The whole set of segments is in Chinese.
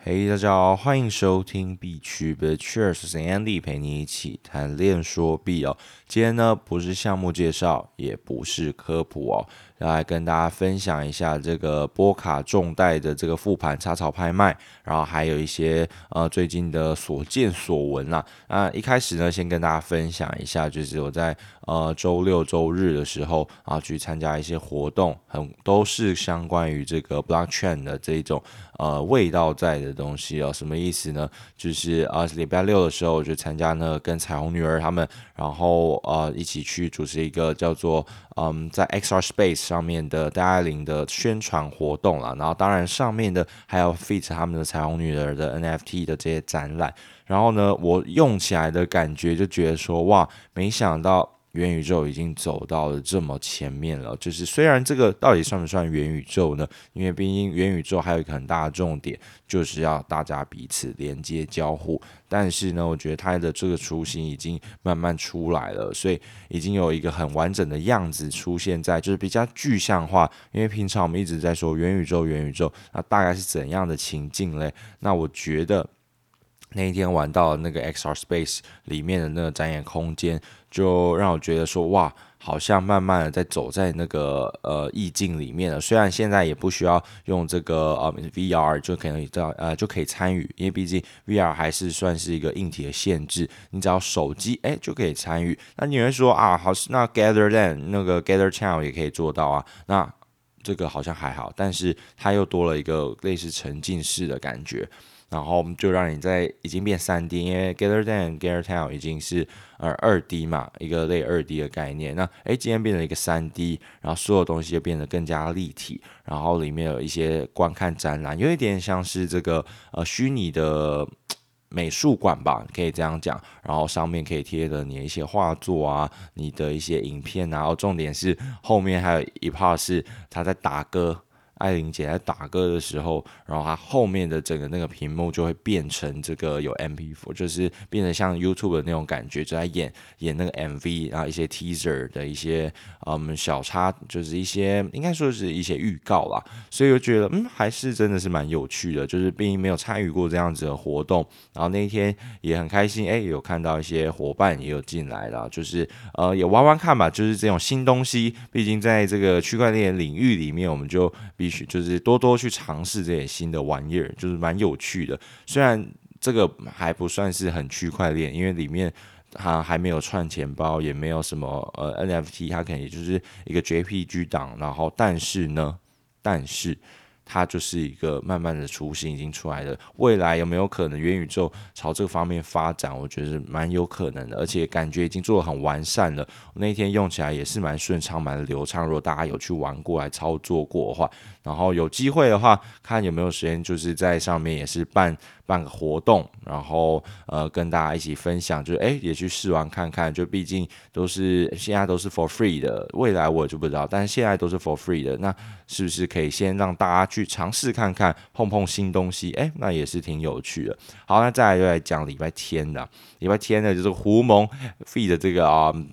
嘿，大家好，欢迎收听币趣 Cheers，是 Andy 陪你一起谈练说币哦。今天呢，不是项目介绍，也不是科普哦，要来跟大家分享一下这个波卡众贷的这个复盘插草拍卖，然后还有一些最近的所见所闻啦。那一开始呢，先跟大家分享一下，就是我在周六周日的时候啊去参加一些活动，都是相关于这个 blockchain 的这种味道在的东西哦。什么意思呢？就是礼拜六的时候我就参加那个跟彩虹女儿他们，然后一起去主持一个叫做在 XR Space 上面的戴爱玲的宣传活动啦。然后当然上面的还有 Feat 他们的彩虹女儿的 NFT 的这些展览。然后呢，我用起来的感觉就觉得说，哇，没想到元宇宙已经走到了这么前面了。就是虽然这个到底算不算元宇宙呢？因为毕竟元宇宙还有一个很大的重点，就是要大家彼此连接交互。但是呢，我觉得它的这个雏形已经慢慢出来了，所以已经有一个很完整的样子出现在，就是比较具象化。因为平常我们一直在说元宇宙，元宇宙，那大概是怎样的情境嘞？那我觉得那一天玩到那个 XR Space 里面的那个展演空间，就让我觉得说，哇，好像慢慢的在走在那个意境里面了。虽然现在也不需要用这个VR 就可以就可以参与，因为毕竟 VR 还是算是一个硬体的限制，你只要手机就可以参与。那你会说啊，好，那 Gather Land 那个 Gather Town 也可以做到啊，那这个好像还好，但是它又多了一个类似沉浸式的感觉。然后就让你已经变3D，因为 Gather Gather Town 已经是2D 嘛，一个类2D 的概念。那今天变成一个3D，然后所有东西就变得更加立体，然后里面有一些观看展览，有一点像是这个虚拟的美术馆吧，可以这样讲。然后上面可以贴的你的一些画作啊，你的一些影片啊，然后重点是后面还有一 part 是他在打歌。艾琳姐在打歌的时候，然后她后面的整个那个屏幕就会变成这个有 MP4，就是变得像 YouTube 的那种感觉，就在演那个 MV，然后一些 teaser 的一些小插，就是一些应该说是一些预告啦。所以我觉得还是真的是蛮有趣的，就是毕竟没有参与过这样子的活动，然后那一天也很开心，有看到一些伙伴也有进来啦，就是也玩玩看吧，就是这种新东西，毕竟在这个区块链领域里面，我们就必须就是多多去尝试这些新的玩意儿，就是蛮有趣的。虽然这个还不算是很区块链，因为里面它还没有串钱包，也没有什么NFT，它可能也就是一个 JPG 档。然后但是它就是一个慢慢的雏形已经出来了。未来有没有可能元宇宙朝这个方面发展？我觉得是蛮有可能的，而且感觉已经做得很完善了。我那天用起来也是蛮顺畅、蛮流畅。如果大家有去玩过来操作过的话，然后有机会的话，看有没有时间，就是在上面也是办个活动，然后跟大家一起分享，就是也去试玩看看。就毕竟现在都是 for free 的，未来我就不知道，但是现在都是 for free 的，那是不是可以先让大家去尝试看看，碰碰新东西？那也是挺有趣的。好，那再来就来讲礼拜天的，就是胡蒙 feed 的这个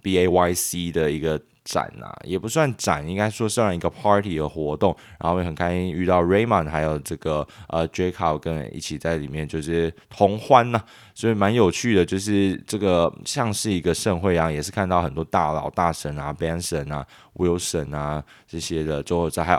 BAYC 的一个展也不算展，应该说算一个 party 的活动。然后也很开心遇到 Raymond 还有这个Jacob 跟人一起在里面就是同欢所以蛮有趣的。就是这个像是一个盛会一样，也是看到很多大佬大神Benson Wilson 这些的，之后还有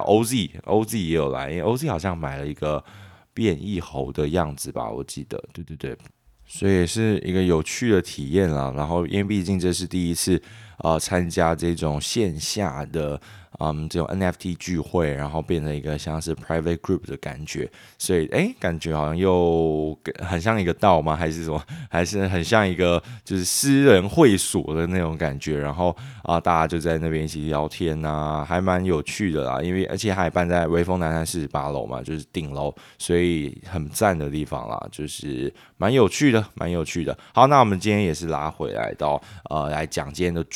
OZ 也有来，因为 OZ 好像买了一个变异猴的样子吧，我记得，对对对。所以也是一个有趣的体验啦。然后因为毕竟这是第一次参加这种线下的这种 NFT 聚会，然后变成一个像是 private group 的感觉，所以感觉好像又很像一个道吗？还是什么？还是很像一个就是私人会所的那种感觉。然后大家就在那边一起聊天还蛮有趣的啦。因为而且还办在微风南山48楼嘛，就是顶楼，所以很赞的地方啦，蛮有趣的。好，那我们今天也是拉回来到来讲今天的主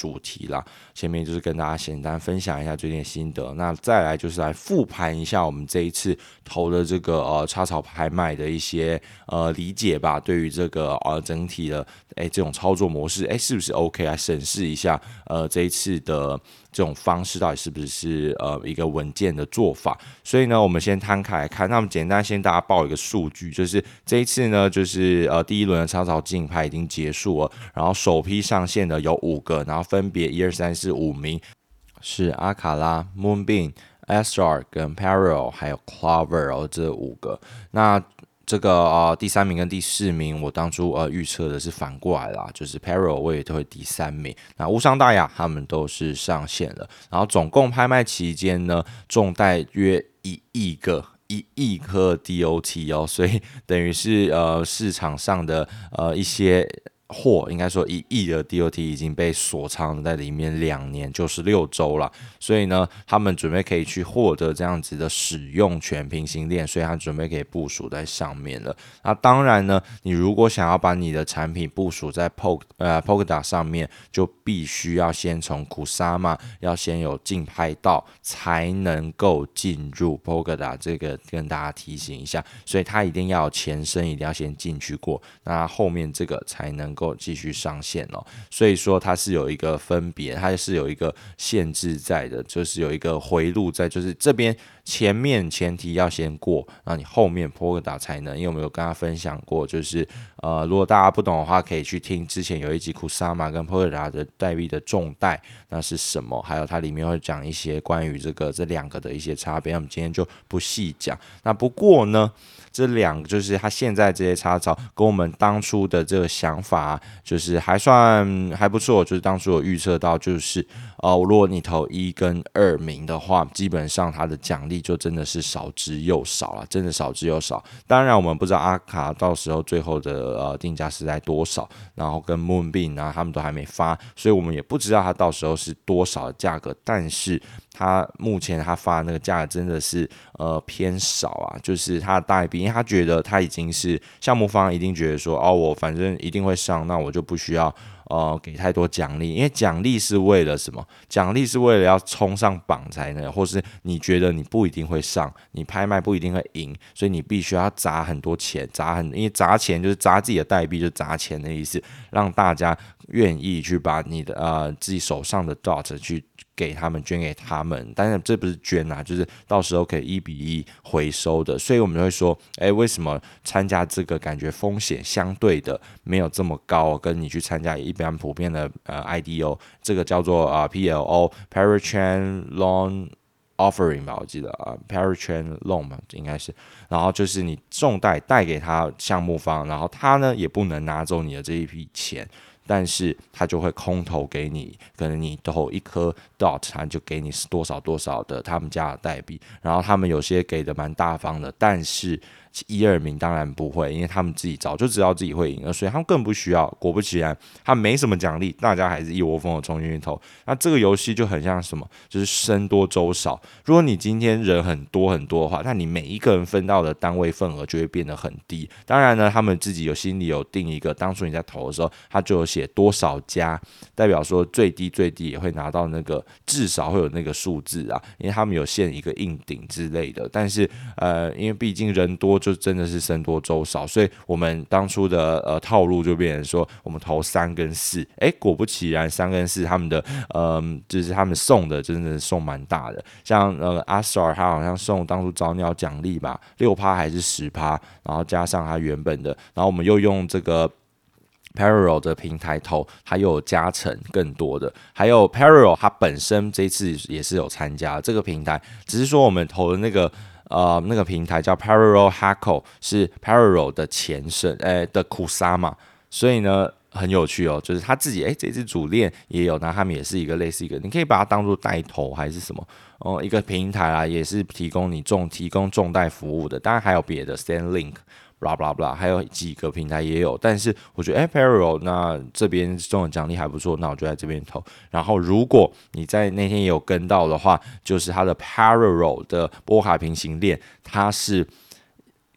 主题啦。前面就是跟大家简单分享一下最近的心得，那再来就是来复盘一下我们这一次投的这个插槽拍卖的一些理解吧，对于这个整体的这种操作模式是不是 OK， 来审视一下这一次的这种方式到底是不是一个稳健的做法。所以呢，我们先摊开来看，那我们简单先大家报一个数据，就是这一次呢，就是第一轮的插槽竞拍已经结束了，然后首批上线的有5个，然后分别1、2、3、4、5名是阿卡拉、Moonbeam、Astral 跟 Parallel 还有 Clover 这5个。那这个第3名跟第4名，我当初预测的是反过来啦，就是 Parallel 我也都会第3名。那无伤大雅，他们都是上线了。然后总共拍卖期间呢，中贷约1亿颗 DOT 哦，所以等于是市场上的一些货，应该说1亿的 DOT 已经被锁藏在里面2年96周了，所以呢，他们准备可以去获得这样子的使用权平行链，所以他准备可以部署在上面了。那当然呢，你如果想要把你的产品部署在 Polkadot 上面，就必须要先从 Kusama 要先有竞拍到，才能够进入 Polkadot， 这个跟大家提醒一下，所以它一定要有前身，一定要先进去过，那后面这个才能够继续上线哦。所以说它是有一个分别，它是有一个限制在的，就是有一个回路在，就是这边前面前提要先过，然后你后面 Polkadot 才能。因为我们有跟他分享过，就是如果大家不懂的话，可以去听之前有一集 Kusama 跟 Polkadot 的代币的重贷那是什么，还有它里面会讲一些关于这两个的一些差别，那我们今天就不细讲。那不过呢，这两个就是它现在这些插槽跟我们当初的这个想法就是还不错，就是当初有预测到，就是如果你投1跟2名的话，基本上它的奖励就真的是少之又少了，真的少之又少。当然我们不知道阿卡到时候最后的定价是在多少，然后跟 Moonbeam 他们都还没发，所以我们也不知道它到时候是多少的价格，但是他目前他发的那个价格真的是偏少啊，就是他的代币，因为他觉得他已经是项目方一定觉得说我反正一定会上，那我就不需要给太多奖励，因为奖励是为了什么？奖励是为了要冲上榜才能，或是你觉得你不一定会上，你拍卖不一定会赢，所以你必须要砸很多钱，因为砸钱就是砸自己的代币，就砸钱的意思，让大家愿意去把你的自己手上的 DOT 去给他们，捐给他们，但是这不是捐啊，就是到时候可以1比1回收的，所以我们会说，为什么参加这个感觉风险相对的没有这么高，跟你去参加一般普遍的IDO， 这个叫做PLO Parachain Loan Offering 吧，我记得Parachain Loan 嘛，应该是，然后就是你重贷贷给他项目方，然后他呢也不能拿走你的这一笔钱。但是他就会空投给你，可能你投1颗 DOT， 他就给你多少多少的他们家的代币，然后他们有些给的蛮大方的，但是1、2名当然不会，因为他们自己早就知道自己会赢了，所以他们更不需要。果不其然，他没什么奖励，大家还是一窝蜂的冲进去投。那这个游戏就很像什么，就是僧多粥少。如果你今天人很多很多的话，那你每一个人分到的单位份额就会变得很低。当然呢，他们自己心里有定一个，当初你在投的时候，他就有写多少家，代表说最低也会拿到那个，至少会有那个数字啊，因为他们有限一个硬顶之类的。但是因为毕竟人多，就真的是僧多粥少，所以我们当初的套路就变成说，我们投3跟4，果不其然，3跟4他们的就是他们送的真的送蛮大的，像Astral 他好像送当初早鸟奖励吧，6%还是10%，然后加上他原本的，然后我们又用这个Parallel 的平台投，它又有加成更多的，还有 Parallel 它本身这一次也是有参加这个平台，只是说我们投的那个平台叫 Parallel Hackle， 是 Parallel 的前身的 Kusama， 所以呢很有趣哦，就是他自己这支主链也有，那他们也是一个类似一个，你可以把它当做代投还是什么一个平台啦，也是提供重贷服务的，当然还有别的 Stanlink。blah blah blah， 还有几个平台也有，但是我觉得Parallel 那这边中的奖励还不错，那我就在这边投。然后如果你在那天也有跟到的话，就是它的 Parallel 的波卡平行链，它是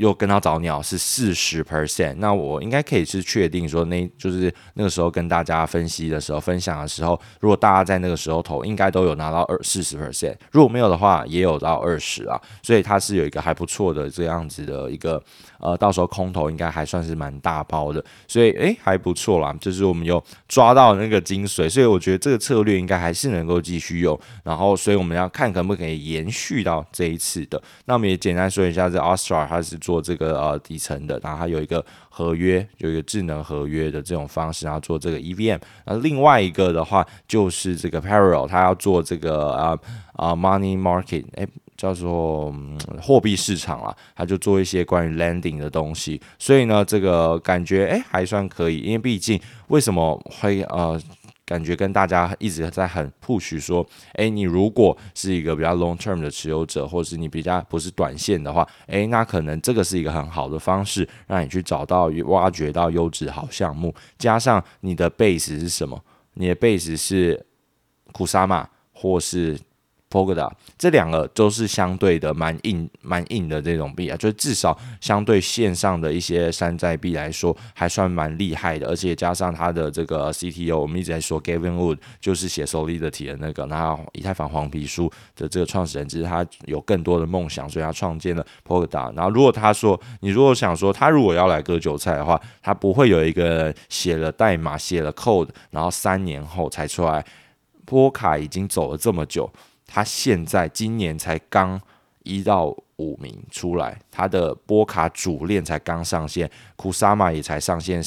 又跟他找鸟是40%，那我应该可以是确定说，就是那个时候跟大家分享的时候，如果大家在那个时候投，应该都有拿到40%，如果没有的话，也有到20啊，所以它是有一个还不错的这样子的一个到时候空头应该还算是蛮大包的，所以还不错啦，就是我们有抓到那个精髓，所以我觉得这个策略应该还是能够继续用，然后所以我们要看可不可以延续到这一次的。那我们也简单说一下，这 Astra 它是做这个底层的，然后它有一个合约，有一个智能合约的这种方式，然后做这个 EVM。那另外一个的话就是这个 Parallel， 它要做这个money market，叫做货币市场啦，它就做一些关于 lending 的东西，所以呢，这个感觉还算可以，因为毕竟为什么会感觉跟大家一直在很 push 说，你如果是一个比较 long term 的持有者，或是你比较不是短线的话，那可能这个是一个很好的方式，让你去找到挖掘到优质好项目，加上你的 base 是什么？你的 base 是 Kusama 或是Polkadot， 这两个都是相对的蛮硬的这种币啊，就是至少相对线上的一些山寨币来说，还算蛮厉害的，而且加上它的这个 CTO， 我们一直在说 Gavin Wood， 就是写 Solidity 的那个，然后以太坊黄皮书的这个创始人，只是他有更多的梦想，所以他创建了 Polkadot。然后如果他说，你如果想说他如果要来割韭菜的话，他不会有一个写了代码、写了 code， 然后3年后才出来。波卡已经走了这么久。他现在今年才刚1到5名出来，他的波卡主链才刚上线，库萨玛也才上线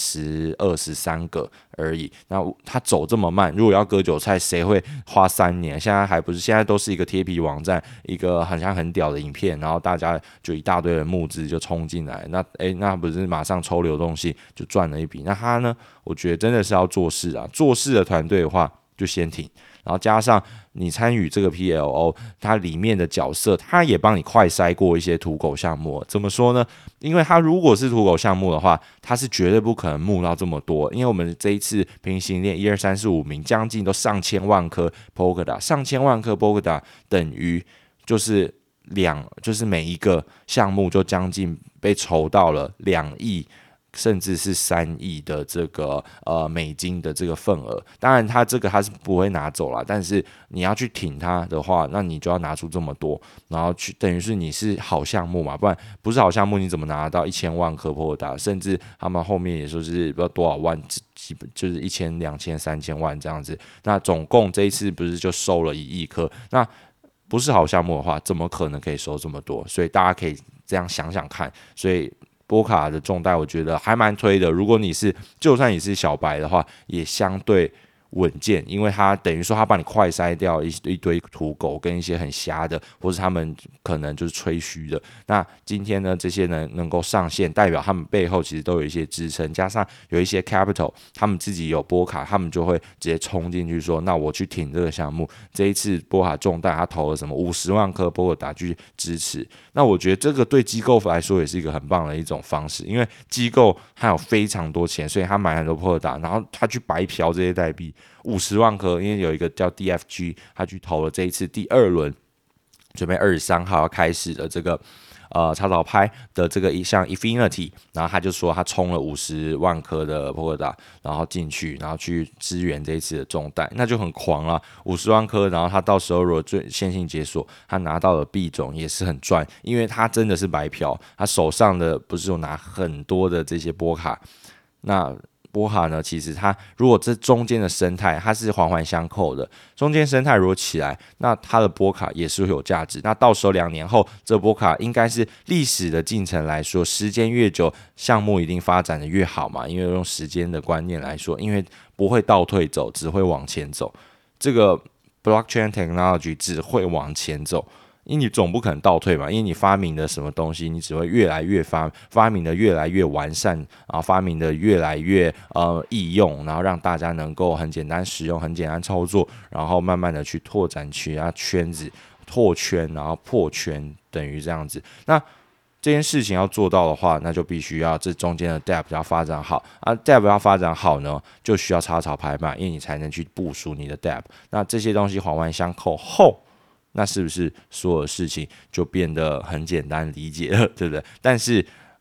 12、13个而已。那他走这么慢，如果要割韭菜，谁会花3年？现在还不是，现在都是一个贴皮网站，一个好像很屌的影片，然后大家就一大堆人募资就冲进来，那不是马上抽流动性就赚了一笔？那他呢？我觉得真的是要做事啊，做事的团队的话就先停。然后加上你参与这个 PLO， 它里面的角色，它也帮你快筛过一些土狗项目。怎么说呢？因为它如果是土狗项目的话，它是绝对不可能募到这么多。因为我们这一次平行链1、2、3、4、5名，将近都上千万颗 Polkadot， 上千万颗 Polkadot 等于就是每一个项目就将近被筹到了2亿。甚至是3亿的这个美金的这个份额，当然他是不会拿走啦，但是你要去挺他的话，那你就要拿出这么多，然后去等于是你是好项目嘛，不然不是好项目你怎么拿到1000万颗Polkadot，甚至他们后面也说是不知道多少万，基本就是1000、2000、3000万这样子，那总共这一次不是就收了1亿颗，那不是好项目的话，怎么可能可以收这么多？所以大家可以这样想想看，所以。波卡的重贷，我觉得还蛮推的。如果就算你是小白的话，也相对稳健，因为它等于说它帮你快筛掉一堆土狗跟一些很瞎的，或是他们可能就是吹嘘的。那今天呢，这些能够上线，代表他们背后其实都有一些支撑，加上有一些 capital， 他们自己有波卡，他们就会直接冲进去说，那我去挺这个项目。这一次波卡重贷，他投了什么50万颗波卡去支持。那我觉得这个对机构来说也是一个很棒的一种方式，因为机构他有非常多钱，所以他买很多波卡，然后他去白嫖这些代币。50万颗，因为有一个叫 DFG， 他去投了这一次第2轮，准备23号要开始的这个草草拍的这个像 Infinity， 然后他就说他充了50万颗的 Polkadot， 然后进去，然后去支援这一次的重贷，那就很狂啦，50万颗，然后他到时候如果线性解锁，他拿到的币种也是很赚，因为他真的是白嫖，他手上的不是有拿很多的这些波卡，那。波卡呢，其实它如果这中间的生态它是环环相扣的，中间生态如果起来，那它的波卡也是会有价值。那到时候2年后，这波卡应该是历史的进程来说，时间越久，项目一定发展的越好嘛。因为用时间的观念来说，因为不会倒退走，只会往前走。这个 blockchain technology 只会往前走。因为你总不可能倒退嘛，因为你发明的什么东西，你只会越来越发明的越来越完善，然后发明的越来越易用，然后让大家能够很简单使用、很简单操作，然后慢慢的去拓展其他圈子、拓圈，然后破圈，等于这样子。那这件事情要做到的话，那就必须要这中间的 dApp 要发展好啊 ，dApp 要发展好呢，就需要草草拍卖，因为你才能去部署你的 dApp。那这些东西环环相扣后。那是不是所有事情就变得很简单理解了，对不对？但是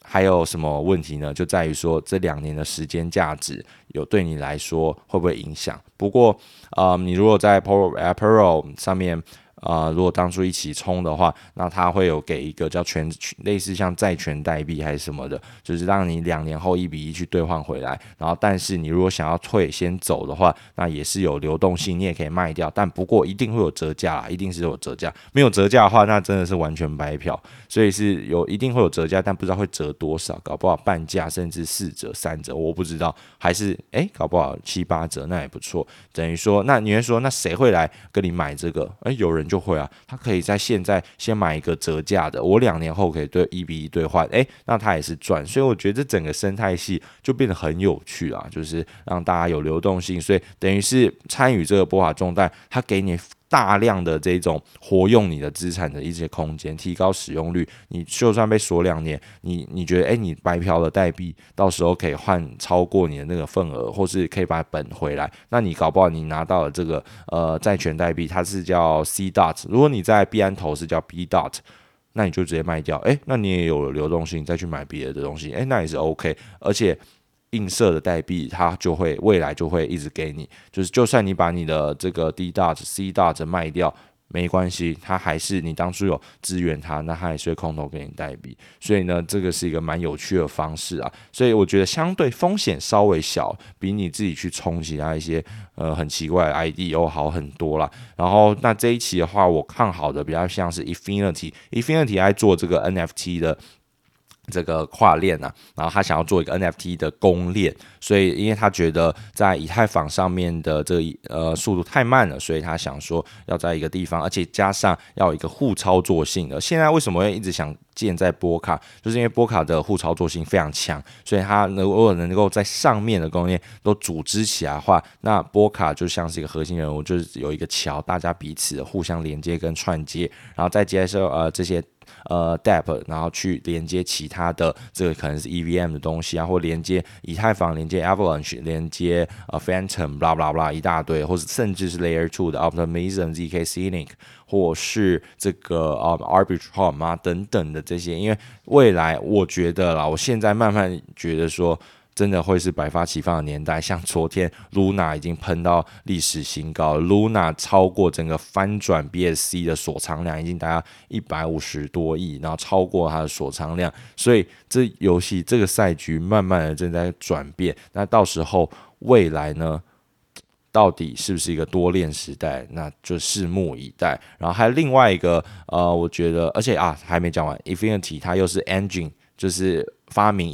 还有什么问题呢？就在于说这2年的时间价值有对你来说会不会影响？不过，你如果在 Apparel 上面，如果当初一起冲的话，那它会有给一个叫类似像债权代币还是什么的，就是让你2年后1:1去兑换回来。然后，但是你如果想要退先走的话，那也是有流动性，你也可以卖掉。但不过一定会有折价啦，一定是有折价。没有折价的话，那真的是完全白嫖。所以是一定会有折价，但不知道会折多少，搞不好半价甚至4折、3折，我不知道。还是搞不好7、8折，那也不错。等于说，那你会说，那谁会来跟你买这个？有人就会啊，他可以在现在先买一个折价的，我2年后可以1:1兑换，那他也是赚。所以我觉得这整个生态系就变得很有趣啊，就是让大家有流动性，所以等于是参与这个波卡重贷，它给你大量的这种活用你的资产的一些空间，提高使用率。你就算被锁2年，你觉得你白嫖的代币，到时候可以换超过你的那个份额，或是可以把本回来，那你搞不好你拿到了这个债权代币，它是叫 C dot， 如果你在币安投是叫 B dot。那你就直接卖掉，那你也有了流动性，再去买别的东西，那也是 OK， 而且映射的代币，它未来就会一直给你，就算你把你的这个 D dot、C dot 卖掉，没关系，它还是你当初有支援它，那它还是会空投给你代币。所以呢，这个是一个蛮有趣的方式啊。所以我觉得相对风险稍微小，比你自己去冲其他一些很奇怪的 ID 好很多啦。然后那这一期的话，我看好的比较像是 Infinity 在做这个 NFT 的这个跨链啊，然后他想要做一个 NFT 的公链，所以因为他觉得在以太坊上面的这个速度太慢了，所以他想说要在一个地方，而且加上要有一个互操作性的。现在为什么会一直想建在波卡，就是因为波卡的互操作性非常强，所以它如果能够在上面的供应链都组织起来的话，那波卡就像是一个核心人物，就是有一个桥，大家彼此互相连接跟串接，然后再接受这些DApp， 然后去连接其他的这个可能是 EVM 的东西啊，或连接以太坊、连接 Avalanche、连接Phantom blah blah blah 一大堆，或是甚至是 Layer 2的 Optimism、ZK Scenic， 或是这个Arbitrum 啊等等的这些，因为未来我觉得啦，我现在慢慢觉得说。真的会是百发齐放的年代，像昨天 Luna 已经喷到历史新高了 ，Luna 超过整个翻转 BSC 的锁仓量已经达到150多亿，然后超过它的锁仓量，所以这游戏这个赛局慢慢的正在转变，那到时候未来呢？到底是不是一个多链时代？那就拭目以待。然后还有另外一个我觉得，而且还没讲完 ，Infinity 它又是 Engine， 就是发明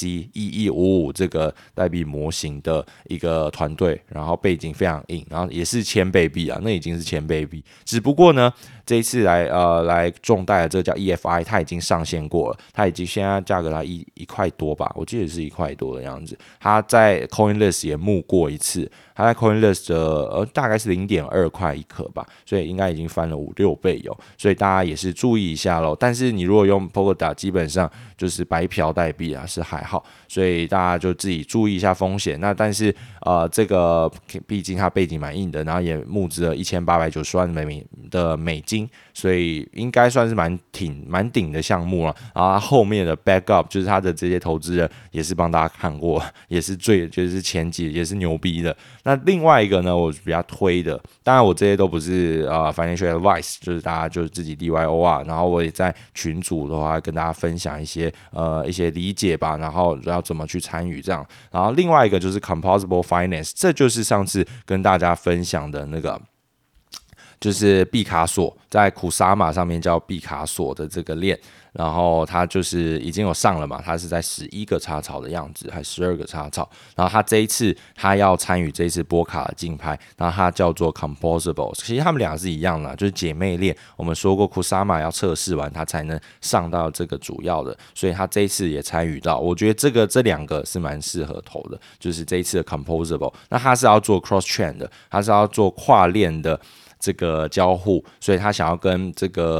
ERC-1155这个代币模型的一个团队，然后背景非常硬，然后也是千倍币啊，那已经是千倍币。只不过呢，这一次来重贷的这个叫 EFI， 它已经上线过了，它已经现在价格它一块多吧，我记得是1块多的样子。它在 CoinList 也募过一次，它在 CoinList 的大概是0.2块一颗吧，所以应该已经翻了5、6倍有，所以大家也是注意一下咯。但是你如果用 Polkadot， 基本上就是白嫖代币啊，是还好，所以大家就自己注意一下风险。那但是这个毕竟它背景蛮硬的，然后也募资了1890万的美金，所以应该算是蛮顶的项目了。然后后面的 backup 就是他的这些投资人也是帮大家看过，也是就是前几也是牛逼的。那另外一个呢，我比较推的，当然我这些都不是financial advice， 就是大家就是自己 DYO 啊。然后我也在群组的话跟大家分享一些理解吧，然后要怎么去参与这样。然后另外一个就是 Composable Finance， 这就是上次跟大家分享的那个。就是毕卡索在库萨玛上面叫毕卡索的这个链，然后它就是已经有上了嘛，它是在11个插槽的样子，还12个插槽。然后它这一次它要参与这一次波卡的竞拍，然后它叫做 Composable， 其实他们俩是一样的，就是姐妹链。我们说过库萨玛要测试完它才能上到这个主要的，所以它这一次也参与到。我觉得这两个是蛮适合投的，就是这一次的 Composable。那它是要做 Cross Chain 的，它是要做跨链的。这个交互，所以他想要跟这个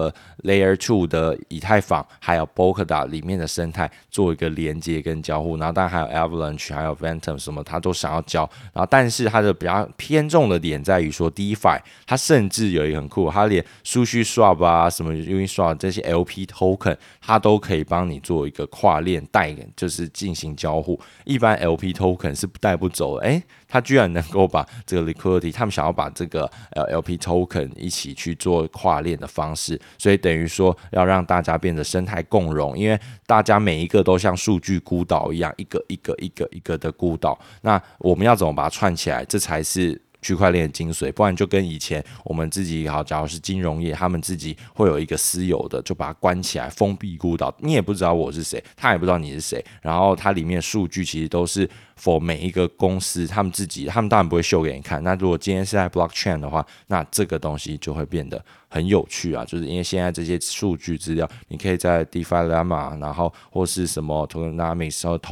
Layer 2的以太坊还有 Polkadot 里面的生态做一个连接跟交互，然后当然还有 Avalanche 还有 Phantom 什么，他都想要交。然后但是它的比较偏重的点在于说 DeFi， 它甚至有一个很酷，它连数据 Swap 啊什么 Uniswap 这些 LP Token， 它都可以帮你做一个跨链带，就是进行交互。一般 LP Token 是带不走的，它居然能够把这个 liquidity， 他们想要把这个LP token 一起去做跨链的方式，所以等于说要让大家变得生态共融，因为大家每一个都像数据孤岛一样，一个的孤岛，那我们要怎么把它串起来？这才是区块链的精髓，不然就跟以前我们自己好，假如是金融业，他们自己会有一个私有的，就把它关起来，封闭孤岛，你也不知道我是谁，他也不知道你是谁，然后它里面的数据其实都是 for 每一个公司他们自己，他们当然不会秀给你看。那如果今天是在 blockchain 的话，那这个东西就会变得很有趣啊，就是因为现在这些数据资料，你可以在 DeFi Llama， 然后或是什么 Tokenomics 和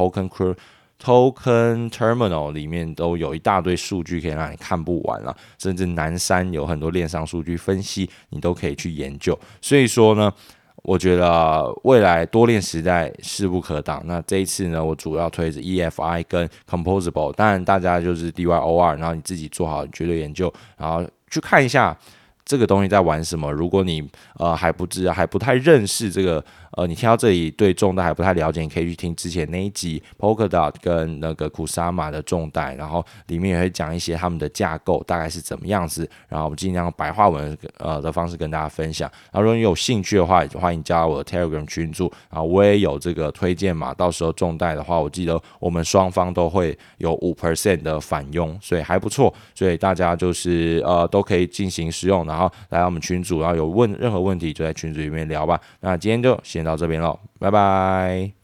Token Terminal 里面都有一大堆数据可以让你看不完了，甚至南山有很多链上数据分析，你都可以去研究。所以说呢，我觉得未来多链时代势不可挡。那这一次呢，我主要推着 EFI 跟 Composable， 当然大家就是 DYOR， 然后你自己做好绝对研究，然后去看一下这个东西在玩什么。如果你还不太认识这个你听到这里对重贷还不太了解，你可以去听之前那一集 Polkadot 跟那个 Kusama 的重贷，然后里面也会讲一些他们的架构大概是怎么样子，然后我们尽量白话文的方式跟大家分享。然后如果你有兴趣的话，欢迎加入我的 Telegram 群组，然后我也有这个推荐码，到时候重贷的话，我记得我们双方都会有 5% 的返佣，所以还不错，所以大家就是都可以进行使用，然后来到我们群组，然后有任何问题就在群组里面聊吧。那今天就先到这边咯，拜拜。